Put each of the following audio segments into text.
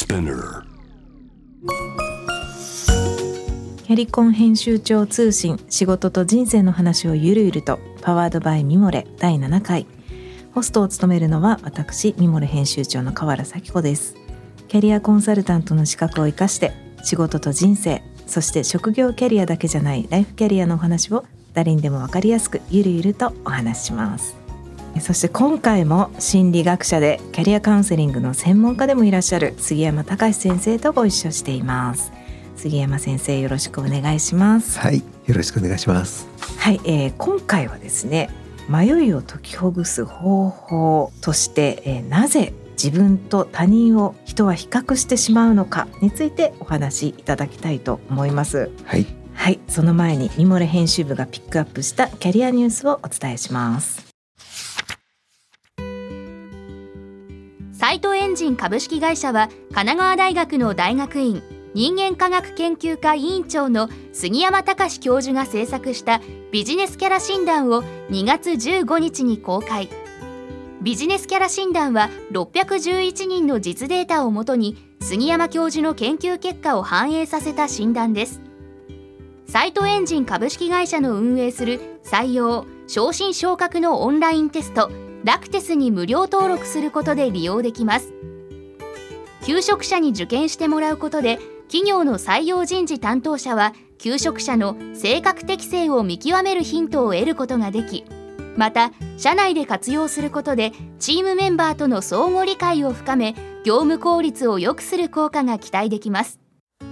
Spinner。 キャリコン編集長通信、仕事と人生の話をゆるゆると、パワードバイミモレ第7回。ホストを務めるのは私、ミモレ編集長の河原咲子です。キャリアコンサルタントの資格を生かして、仕事と人生、そして職業キャリアだけじゃないライフキャリアのお話を誰にでも分かりやすくゆるゆるとお話しします。そして今回も心理学者でキャリアカウンセリングの専門家でもいらっしゃる杉山隆先生とご一緒しています。杉山先生、よろしくお願いします。 はい、よろしくお願いします。 はい、今回はですね、迷いを解きほぐす方法として、なぜ自分と他人を人は比較してしまうのかについてお話しいただきたいと思います。 はい、 はい、その前にミモレ編集部がピックアップしたキャリアニュースをお伝えします。 サイトエンジン株式会社は神奈川大学の大学院人間科学研究科委員長の杉山隆教授が制作したビジネスキャラ診断を2月15日に公開。ビジネスキャラ診断は611人の実データをもとに杉山教授の研究結果を反映させた診断です。サイトエンジン株式会社の運営する採用・昇進昇格のオンラインテストラクテスに無料登録することで利用できます。求職者に受験してもらうことで、企業の採用人事担当者は求職者の性格適性を見極めるヒントを得ることができ、また社内で活用することでチームメンバーとの相互理解を深め、業務効率を良くする効果が期待できます。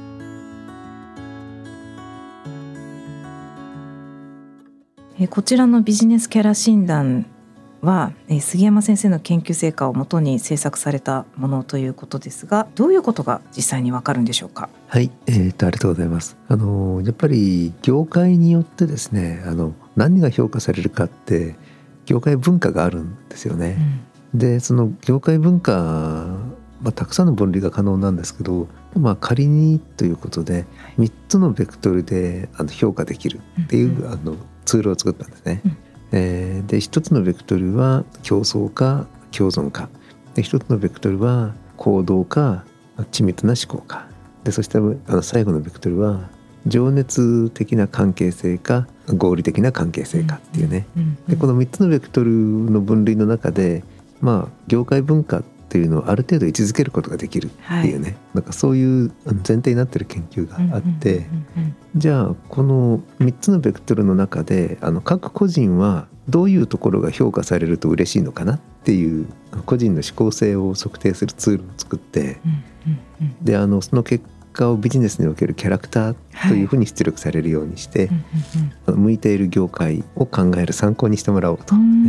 こちらのビジネスキャラ診断は杉山先生の研究成果をもとに制作されたものということですが、どういうことが実際にわかるんでしょうか。 はい、ありがとうございます。やっぱり業界によってですね、何が評価されるかって業界文化があるんですよね。で、その業界文化、たくさんの分類が可能なんですけど、仮にということで3つのベクトルで評価できるっていう、ツールを作ったんですね。で、一つのベクトルは競争か共存かで、一つのベクトルは行動か緻密な思考かで、そして最後のベクトルは情熱的な関係性か合理的な関係性かっていうね。で、この3つのベクトルの分類の中で、業界文化っていうのをある程度位置づけることができるっていうね、なんかそういう前提になってる研究があって、じゃあこの3つのベクトルの中で各個人はどういうところが評価されると嬉しいのかなっていう個人の思考性を測定するツールを作って、でその結果をビジネスにおけるキャラクターというふうに出力されるようにして、向いている業界を考える参考にしてもらおうと、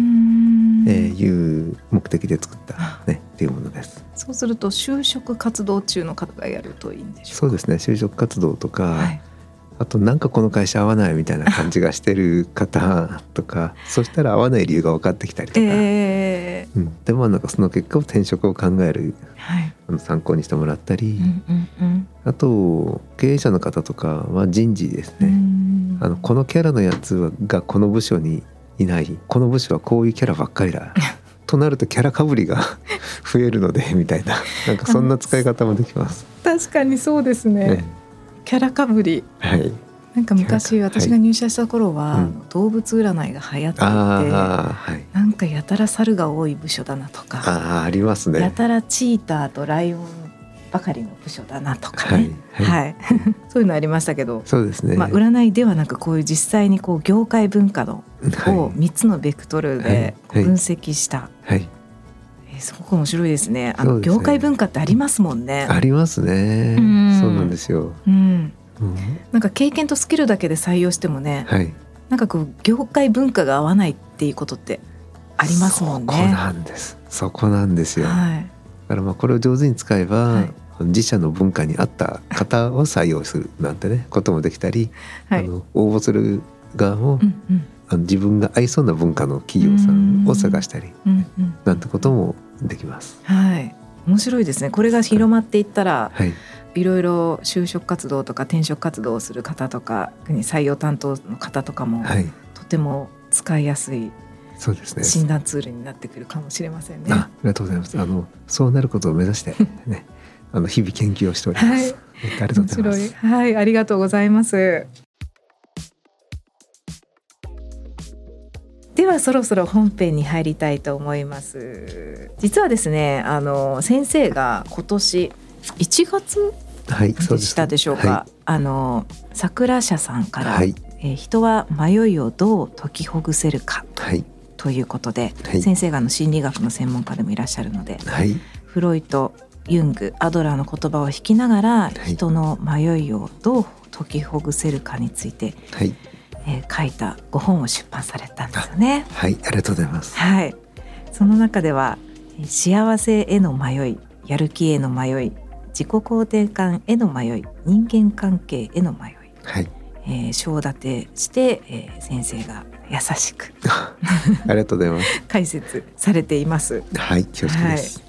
いう目的で作った、っていうものです。 そうすると就職活動中の方がやるといいんでしょうか。 そうですね、就職活動とか、あとなんかこの会社合わないみたいな感じがしてる方とかそしたら合わない理由が分かってきたりとか、でもなんかその結果を転職を考える、参考にしてもらったり、あと経営者の方とかは人事ですね。このキャラのやつがこの部署にいない、この部署はこういうキャラばっかりだとなるとキャラかぶりが増えるのでみたいな、なんかそんな使い方もできます。 確かにそうですね、キャラかぶり、なんか昔私が入社した頃は、動物占いが流行っていて、なんかやたら猿が多い部署だなとか、 ありますね。 やたらチーターとライオンばかりの部署だなとかね、そういうのありましたけど、 そうですね、 占いではなくこういう実際にこう業界文化のを3つのベクトルで分析した、すごく面白いですね。業界文化ってありますもんね。 ありますね。そうなんですよ。 なんか経験とスキルだけで採用してもね、なんかこう業界文化が合わないっていうことってありますもんね。 そこなんですよ。だからこれを上手に使えば、自社の文化に合った方を採用するなんてねこともできたり、応募する側も、自分が合いそうな文化の企業さんを探したり、なんてこともできます。 面白いですね。これが広まっていったら、いろいろ就職活動とか転職活動をする方とか採用担当の方とかも、とても使いやすい診断ツールになってくるかもしれませんね。 ありがとうございます。そうなることを目指してね日々研究をしております、はい、ありがとうございます。 面白い、はい、ありがとうございます。ではそろそろ本編に入りたいと思います。実はですね、先生が今年1月でしたでしょうか、はい、桜社さんから、はい、人は迷いをどう解きほぐせるか、はい、ということで、はい、先生が心理学の専門家でもいらっしゃるので、はい、フロイト、ユング、アドラーの言葉を引きながら、はい、人の迷いをどう解きほぐせるかについて、はい、書いたご本を出版されたんですよね。 はい、ありがとうございます、 はい、その中では幸せへの迷い、やる気への迷い、自己肯定感への迷い、人間関係への迷い、はい、章立てして、先生が優しくありがとうございます解説されています。 はい、恐縮です、 はい、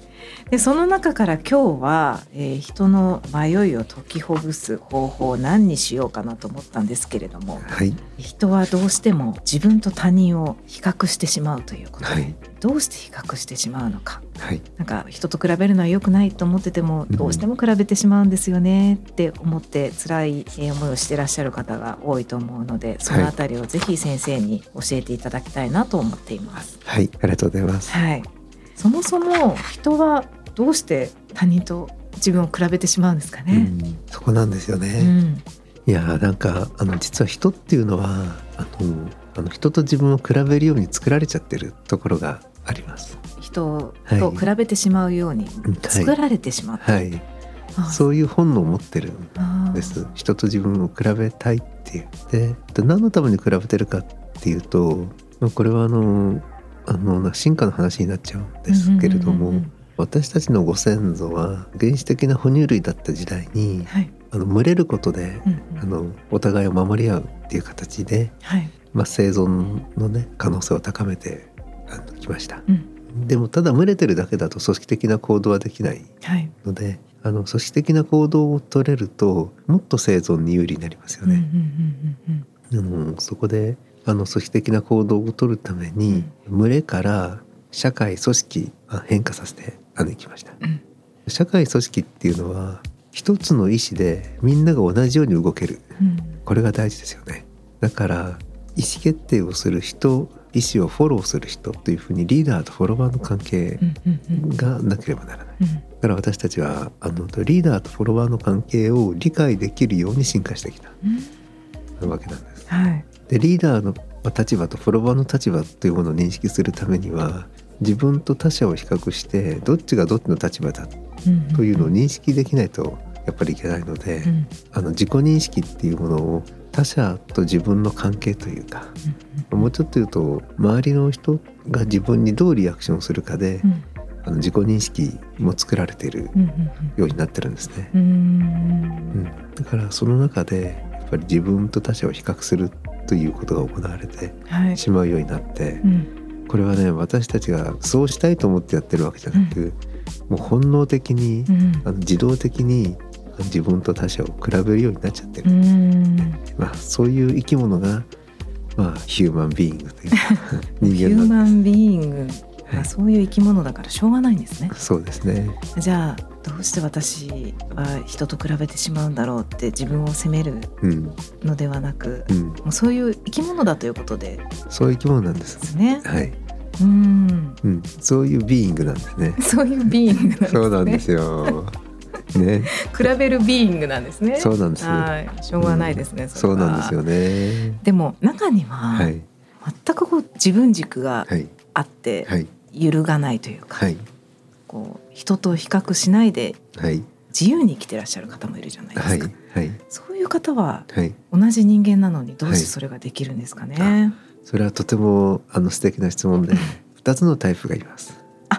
でその中から今日は、人の迷いを解きほぐす方法を何にしようかなと思ったんですけれども、はい、人はどうしても自分と他人を比較してしまうということで、はい、どうして比較してしまうのか、はい、なんか人と比べるのは良くないと思っててもどうしても比べてしまうんですよねって思って辛い思いをしてらっしゃる方が多いと思うので、そのあたりをぜひ先生に教えていただきたいなと思っています。 はい、ありがとうございます、 はい、そもそも人はどうして他人と自分を比べてしまうんですかね。 そこなんですよね、いやなんか実は人っていうのは人と自分を比べるように作られちゃってるところがあります。 人と比べてしまうように作られてしまって、はいはいはい、そういう本能を持ってるんです。人と自分を比べたいっていうで何のために比べてるかっていうと、これは進化の話になっちゃうんですけれども、私たちのご先祖は原始的な哺乳類だった時代に、はい、群れることで、お互いを守り合うっていう形で、はい、生存のね可能性を高めてきました、でもただ群れてるだけだと組織的な行動はできないので、はい、組織的な行動を取れるともっと生存に有利になりますよね。そこで組織的な行動を取るために、群れから社会組織変化させていきました、社会組織っていうのは一つの意思でみんなが同じように動ける、これが大事ですよね。だから意思決定をする人、意思をフォローする人というふうにリーダーとフォロワーの関係がなければならない、だから私たちはリーダーとフォロワーの関係を理解できるように進化してきた、わけなんです、はい、でリーダーの立場とフォロワーの立場というものを認識するためには自分と他者を比較してどっちがどっちの立場だというのを認識できないとやっぱりいけないので、自己認識っていうものを他者と自分の関係というか、もうちょっと言うと周りの人が自分にどうリアクションするかで、自己認識も作られているようになってるんですね、だからその中でやっぱり自分と他者を比較するということが行われてしまうようになって、これはね私たちがそうしたいと思ってやってるわけじゃなく、もう本能的に、自動的に自分と他者を比べるようになっちゃってる、そういう生き物が、ヒューマンビーイングという人間なんです。ヒューマンビーイングがそういう生き物だからしょうがないんですね。 そうですね。 じゃあどうして私は人と比べてしまうんだろうって自分を責めるのではなく、もうそういう生き物だということで、 そういう生き物なんですね。 はい。そういうビーイングなんですね。 そういうビーイングなんですね。 そうなんですよ。ね。 比べるビーイングなんですね。 そうなんです。 はい。しょうがないですね。 そうなんですよね。 でも中には、全く自分軸があって、揺るがないというか、人と比較しないで自由に生きてらっしゃる方もいるじゃないですか、そういう方は同じ人間なのにどうしてそれができるんですかね。 それはとても素敵な質問で2つのタイプがいます。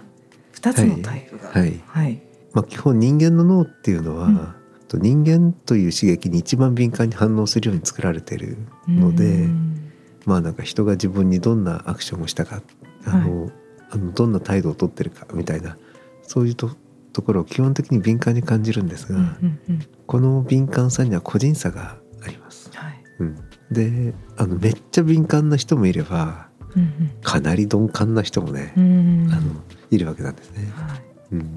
2つのタイプが、 基本人間の脳っていうのは、人間という刺激に一番敏感に反応するように作られているので、なんか人が自分にどんなアクションをしたか、どんな態度をとってるかみたいな、そういうところを基本的に敏感に感じるんですが、この敏感さには個人差があります、でめっちゃ敏感な人もいれば、かなり鈍感な人もね、いるわけなんですね、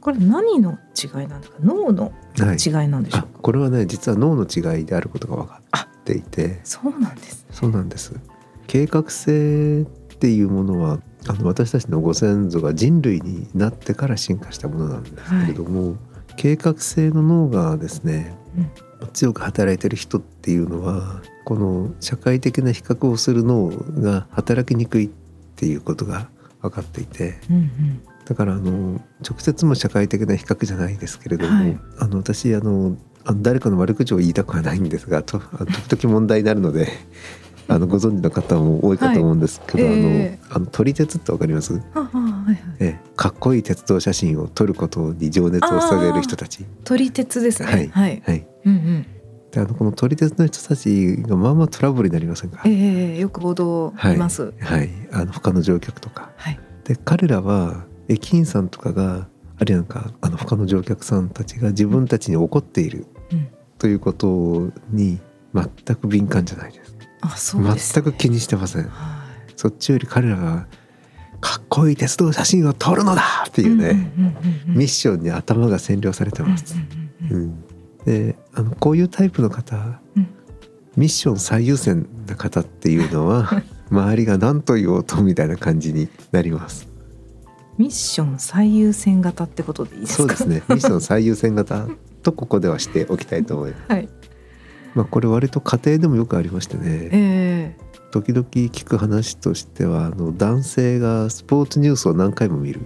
これ何の違いなんですか？脳の違いなんでしょうか？ これはね、実は脳の違いであることが分かっていて。 そうなんですね。 そうなんです。計画性っていうものは私たちのご先祖が人類になってから進化したものなんですけれども、計画性の脳がですね、強く働いている人っていうのはこの社会的な比較をする脳が働きにくいっていうことが分かっていて、だから直接も社会的な比較じゃないですけれども、私誰かの悪口を言いたくはないんですが、時々問題になるのでご存知の方も多いかと思うんですけど、撮り鉄ってわかります？かっこいい鉄道写真を撮ることに情熱を捧げる人たち、 撮り鉄ですね。 でこの撮り鉄の人たちがまあまあトラブルになりませんか？ よく報道見ます。 他の乗客とか、で彼らは駅員さんとかがあるいは他の乗客さんたちが自分たちに怒っている、ということに全く敏感じゃないです。 そうですね、 全く気にしてません。そっちより彼らがかっこいい鉄道写真を撮るのだっていうね、ミッションに頭が占領されてます。でこういうタイプの方、ミッション最優先な方っていうのは周りが何と言おうとみたいな感じになります。 ミッション最優先型ってことでいいですか？ そうですね、ミッション最優先型とここではしておきたいと思います。これ割と家庭でもよくありましてね、時々聞く話としては男性がスポーツニュースを何回も見る。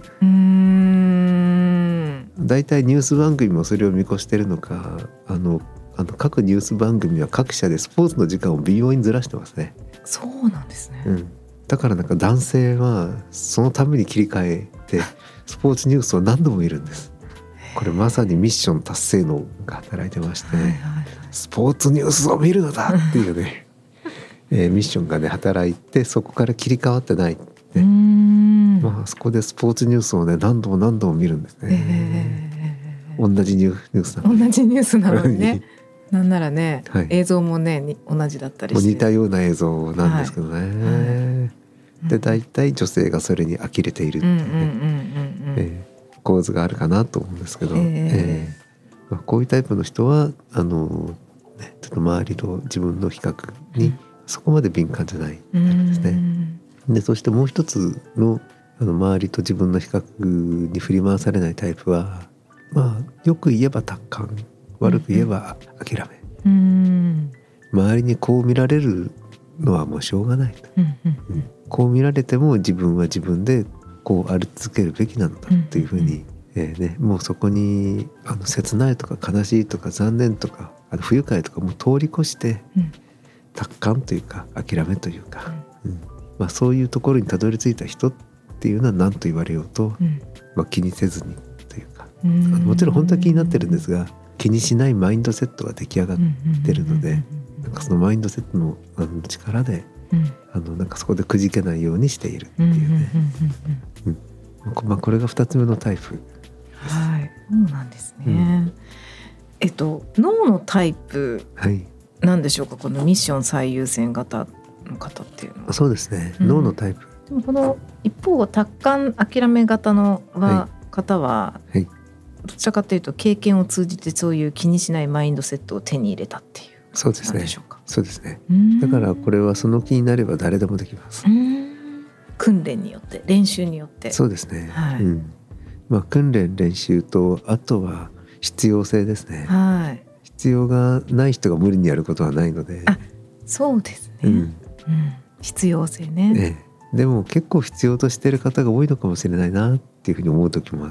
だいたいニュース番組もそれを見越してるのか、各ニュース番組は各社でスポーツの時間を微妙にずらしてますね。 そうなんですね。 だから男性はそのために切り替えてスポーツニュースを何度も見るんです。これまさにミッション達成能が働いてまして、スポーツニュースを見るのだっていうねミッションがね働いて、そこから切り替わってない、そこでスポーツニュースをね何度も見るんですね。同じニュースなのにねなんならね、映像もね同じだったりして、 似たような映像なんですけどね、で大体女性がそれに呆れているっていうね、構図があるかなと思うんですけど、こういうタイプの人はちょっと周りと自分の比較にそこまで敏感じゃないですね。でそしてもう一つの周りと自分の比較に振り回されないタイプは、よく言えば達観、悪く言えば諦め、周りにこう見られるのはもうしょうがないと、こう見られても自分は自分でこうあり続けるべきなのだっていうふうに、もうそこに切ないとか悲しいとか残念とか不愉快とかも通り越して、達観というか諦めというか、そういうところにたどり着いた人っていうのは何と言われようと、気にせずにというか、もちろん本当は気になってるんですが、気にしないマインドセットが出来上がってるので、そのマインドセットの力で、そこでくじけないようにしているっていうね、これが2つ目のタイプ。 そうなんですね。脳のタイプなんでしょうか、このミッション最優先型の方っていうのは。 そうですね、脳のタイプ。 でもこの一方達観諦め型の方は、どちらかというと経験を通じてそういう気にしないマインドセットを手に入れたっていうそうですね。 でしょうか。 そうですね。だからこれはその気になれば誰でもできます。 訓練によって練習によって。 そうですね、訓練練習とあとは必要性ですね。必要がない人が無理にやることはないので。 そうですね、必要性ね、 でも結構必要としている方が多いのかもしれないなっていうふうに思う時もあって、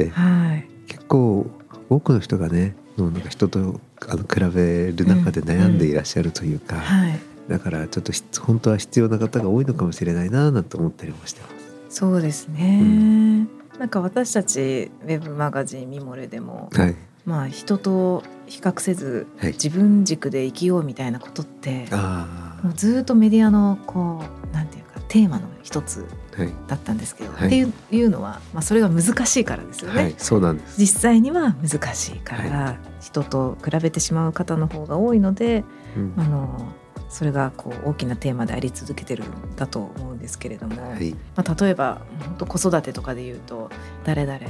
結構多くの人がね人と比べる中で悩んでいらっしゃるというか、だからちょっと本当は必要な方が多いのかもしれないなと思ったりもしてます。 そうですね、私たちウェブマガジンミモレでも、人と比較せず自分軸で生きようみたいなことって、もうずっとメディアのなんていうかテーマの一つだったんですけど、っていうのは、それが難しいからですよね。 そうなんです。 実際には難しいから、人と比べてしまう方の方が多いので、それが大きなテーマであり続けてるんだと思うんですけれども、例えば本当子育てとかでいうと誰々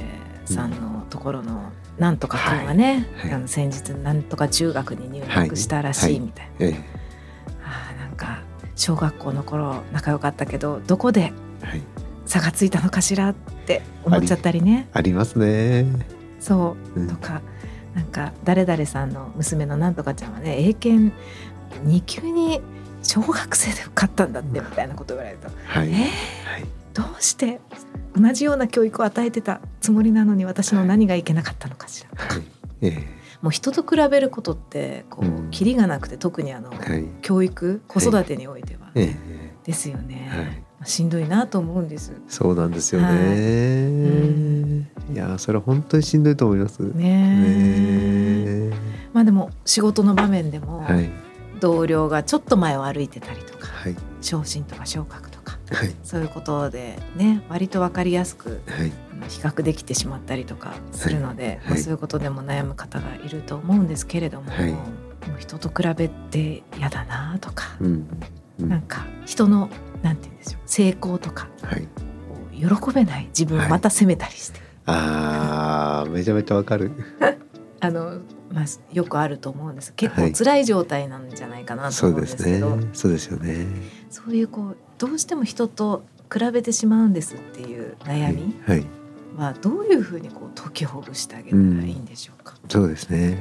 さんのところのなんとか君はね、 はいはい、 先日なんとか中学に入学したらしいみたいな、 はいはい、 なんか小学校の頃仲良かったけどどこで差がついたのかしらって思っちゃったりね、 ありますね。 そう、とかなんか誰々さんの娘のなんとかちゃんはね英検2級に小学生で受かったんだってみたいなこと言われると、 はい、 どうして同じような教育を与えてたつもりなのに私の何がいけなかったのかしらとか、もう人と比べることってこうキリがなくて、特に教育子育てにおいては、ですよね、しんどいなと思うんです。 そうなんですよね、いやそれは本当にしんどいと思いますね。 まあでも仕事の場面でも、同僚がちょっと前を歩いてたりとか、昇進とか昇格とか、そういうことでね割と分かりやすく、比較できてしまったりとかするので、そういうことでも悩む方がいると思うんですけれども、もう人と比べて嫌だなとか、なんか人のなんて言うんでしょう成功とか、喜べない自分をまた責めたりして、 めちゃめちゃわかるよくあると思うんです。結構辛い状態なんじゃないかなと思うんですけど、 そうですよね。 そういうどうしても人と比べてしまうんですっていう悩みはどういうふうに解きほぐしてあげたらいいんでしょうか。 そうですね。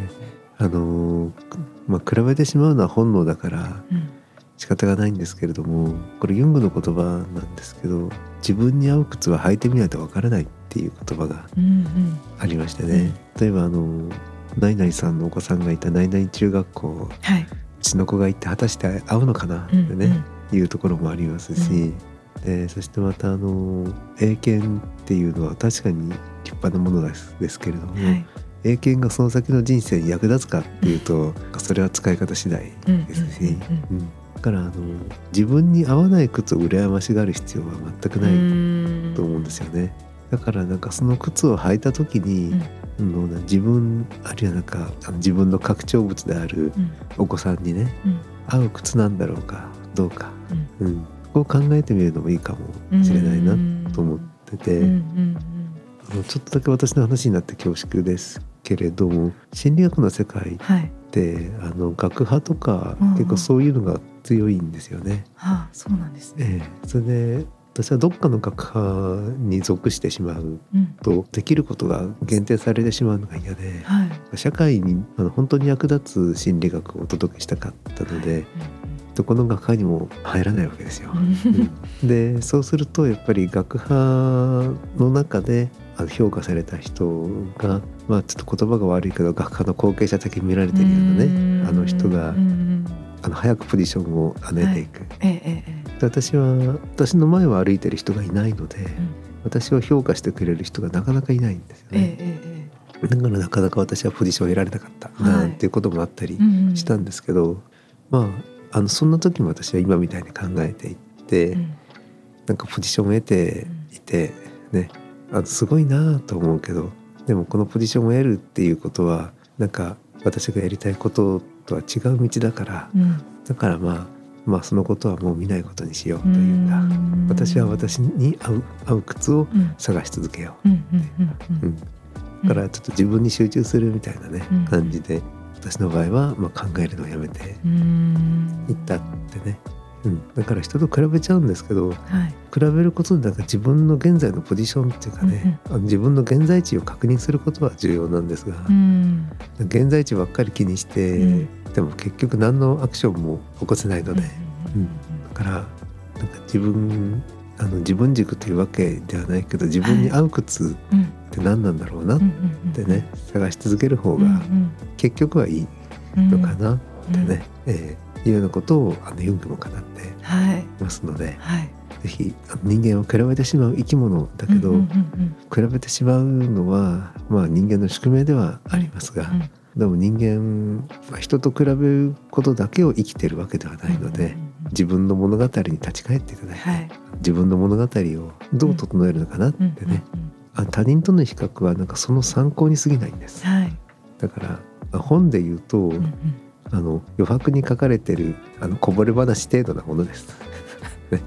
比べてしまうのは本能だから仕方がないんですけれども、これユングの言葉なんですけど、自分に合う靴は履いてみないとわからないっていう言葉がありましてね、例えばナイナイさんのお子さんがいたナイナイ中学校、うちの子が行って果たして合うのかなってね、いうところもありますし、そしてまた英検っていうのは確かに立派なものですけれども、英検がその先の人生に役立つかっていうと、それは使い方次第ですし、だから自分に合わない靴を羨ましがる必要は全くないと思うんですよね。だからなんかその靴を履いた時に、自分あるいはなんか自分の拡張物であるお子さんにね、合う靴なんだろうかどうか、こう考えてみるのもいいかもしれないなと思ってて、ちょっとだけ私の話になって恐縮ですけれども、心理学の世界って学派とか結構そういうのが強いんですよね。 そうなんですね。 それで私はどっかの学派に属してしまうと、できることが限定されてしまうのが嫌で、社会に本当に役立つ心理学をお届けしたかったので、どこの学派にも入らないわけですよ。でそうするとやっぱり学派の中で評価された人が、ちょっと言葉が悪いけど学派の後継者的に見られてるようなね、人が早くポジションを上げていく。私の前を歩いてる人がいないので、私を評価してくれる人がなかなかいないんですよね。だからなかなか私はポジションを得られなかったなんていうこともあったりしたんですけど、そんな時も私は今みたいに考えていって、なんかポジションを得ていてね、すごいなと思うけど、でもこのポジションを得るっていうことはなんか私がやりたいこととは違う道だから、だからそのことはもう見ないことにしようというか、私は私に合う靴を探し続けようだからちょっと自分に集中するみたいなね、感じで私の場合は考えるのをやめていったってね、だから人と比べちゃうんですけど、比べることでなんか自分の現在のポジションっていうかね、自分の現在地を確認することは重要なんですが、現在地ばっかり気にして、でも結局何のアクションも起こせないので、だからなんか自分軸というわけではないけど、自分に合う靴って何なんだろうなってね、探し続ける方が結局はいいのかなってね、いうようなことをユングも語ってますので、ぜひ人間を比べてしまう生き物だけど、比べてしまうのは人間の宿命ではありますが、でも人間は人と比べることだけを生きてるわけではないので、自分の物語に立ち返っていただいて、自分の物語をどう整えるのかなってね、他人との比較はなんかその参考に過ぎないんです。だから本で言うと、余白に書かれてるこぼれ話程度なものです。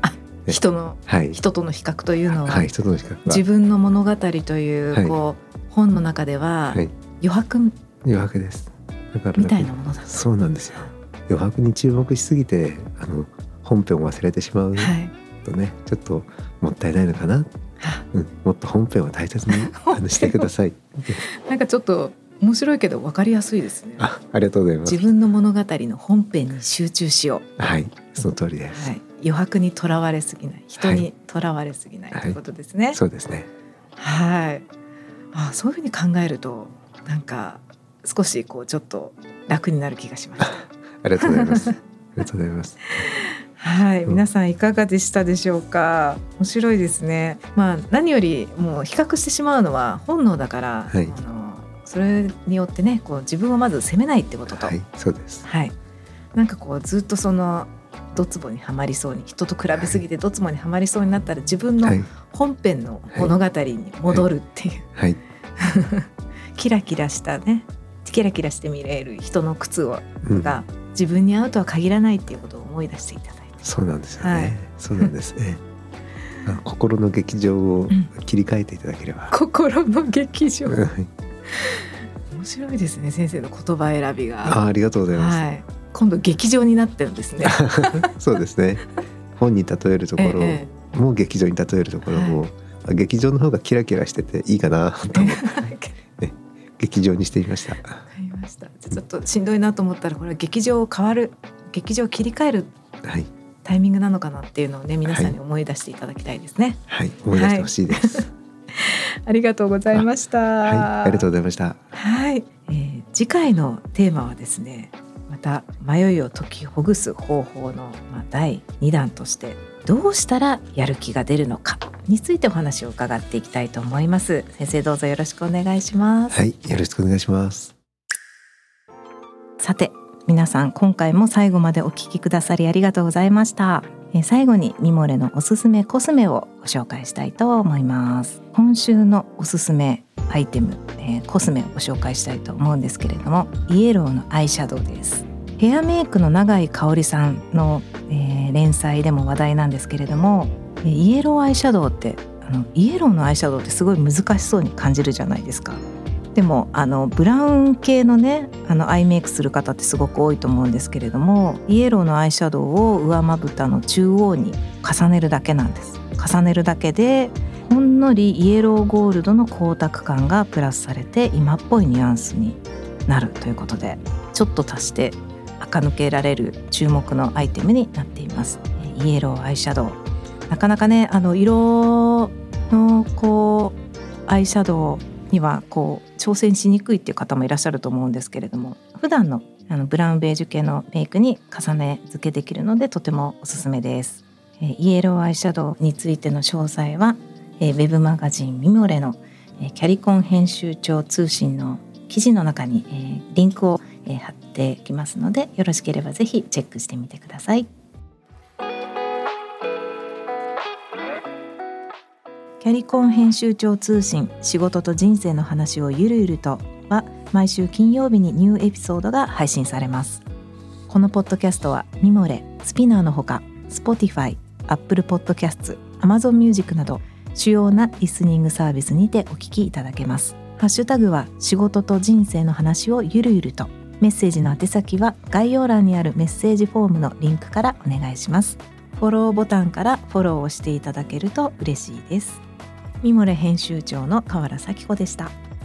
人との比較というのは、 人との比較は自分の物語という、 本の中では、 はい、 余白です。だからみたいなものだ。 そうなんですよ。余白に注目しすぎて本編を忘れてしまうとね、ちょっともったいないのかな、もっと本編を大切にしてくださいなんかちょっと面白いけど分かりやすいですね。 ありがとうございます。 自分の物語の本編に集中しよう。 はい、その通りです。 余白にとらわれすぎない、人にとらわれすぎないということですね。 そうですね。 はい。そういうふうに考えるとなんか少しこうちょっと楽になる気がしました。 ありがとうございます。ありがとうございます。 はい、皆さんいかがでしたでしょうか。面白いですね。何よりもう比較してしまうのは本能だから、それによってねこう自分をまず責めないってことと、 そうです。 なんかこうずっとそのドツボにはまりそうに、人と比べすぎてドツボにはまりそうになったら自分の本編の物語に戻るっていう、キラキラしたね、キラキラして見れる人の靴が自分に合うとは限らないっていうことを思い出していただいて、 そうなんですよね。そうなんですね。心の劇場を切り替えていただければ。 心の劇場。面白いですね、先生の言葉選びが。 ありがとうございます。 今度劇場になってるんですね。 そうですね。本に例えるところも劇場に例えるところも、劇場の方がキラキラしてていいかなと思って、劇場にしてみました。わかりました。ちょっとしんどいなと思ったらこれは劇場を切り替えるタイミングなのかなっていうのをね、皆さんに思い出していただきたいですね。 思い出してほしいです。 ありがとうございました。 ありがとうございました。 次回のテーマはですね、また迷いを解きほぐす方法の第2弾として、どうしたらやる気が出るのかについてお話を伺っていきたいと思います。先生、どうぞよろしくお願いします。 よろしくお願いします。 さて皆さん、今回も最後までお聞きくださりありがとうございました。最後にミモレのおすすめコスメをご紹介したいと思います。今週のおすすめアイテム、コスメをご紹介したいと思うんですけれども、イエローのアイシャドウです。ヘアメイクの永井香織さんの、連載でも話題なんですけれども、イエローアイシャドウってイエローのアイシャドウってすごい難しそうに感じるじゃないですか。でもブラウン系のねアイメイクする方ってすごく多いと思うんですけれども、イエローのアイシャドウを上まぶたの中央に重ねるだけなんです。重ねるだけでほんのりイエローゴールドの光沢感がプラスされて今っぽいニュアンスになるということで、ちょっと足して垢抜けられる注目のアイテムになっています。イエローアイシャドウ、なかなかね色のこうアイシャドウにはこう挑戦しにくいっていう方もいらっしゃると思うんですけれども、普段のブラウンベージュ系のメイクに重ね付けできるのでとてもおすすめです。イエローアイシャドウについての詳細はウェブマガジンミモレのキャリコン編集長通信の記事の中にリンクを貼ってきますので、よろしければぜひチェックしてみてください。キャリコン編集長通信、仕事と人生の話をゆるゆるとは毎週金曜日にニューエピソードが配信されます。このポッドキャストはミモレ、スピナーのほか Spotify、Apple Podcasts、Amazon Music など主要なリスニングサービスにてお聞きいただけます。ハッシュタグは仕事と人生の話をゆるゆると。メッセージの宛先は概要欄にあるメッセージフォームのリンクからお願いします。フォローボタンからフォローをしていただけると嬉しいです。ミモレ編集長の河原咲子でした。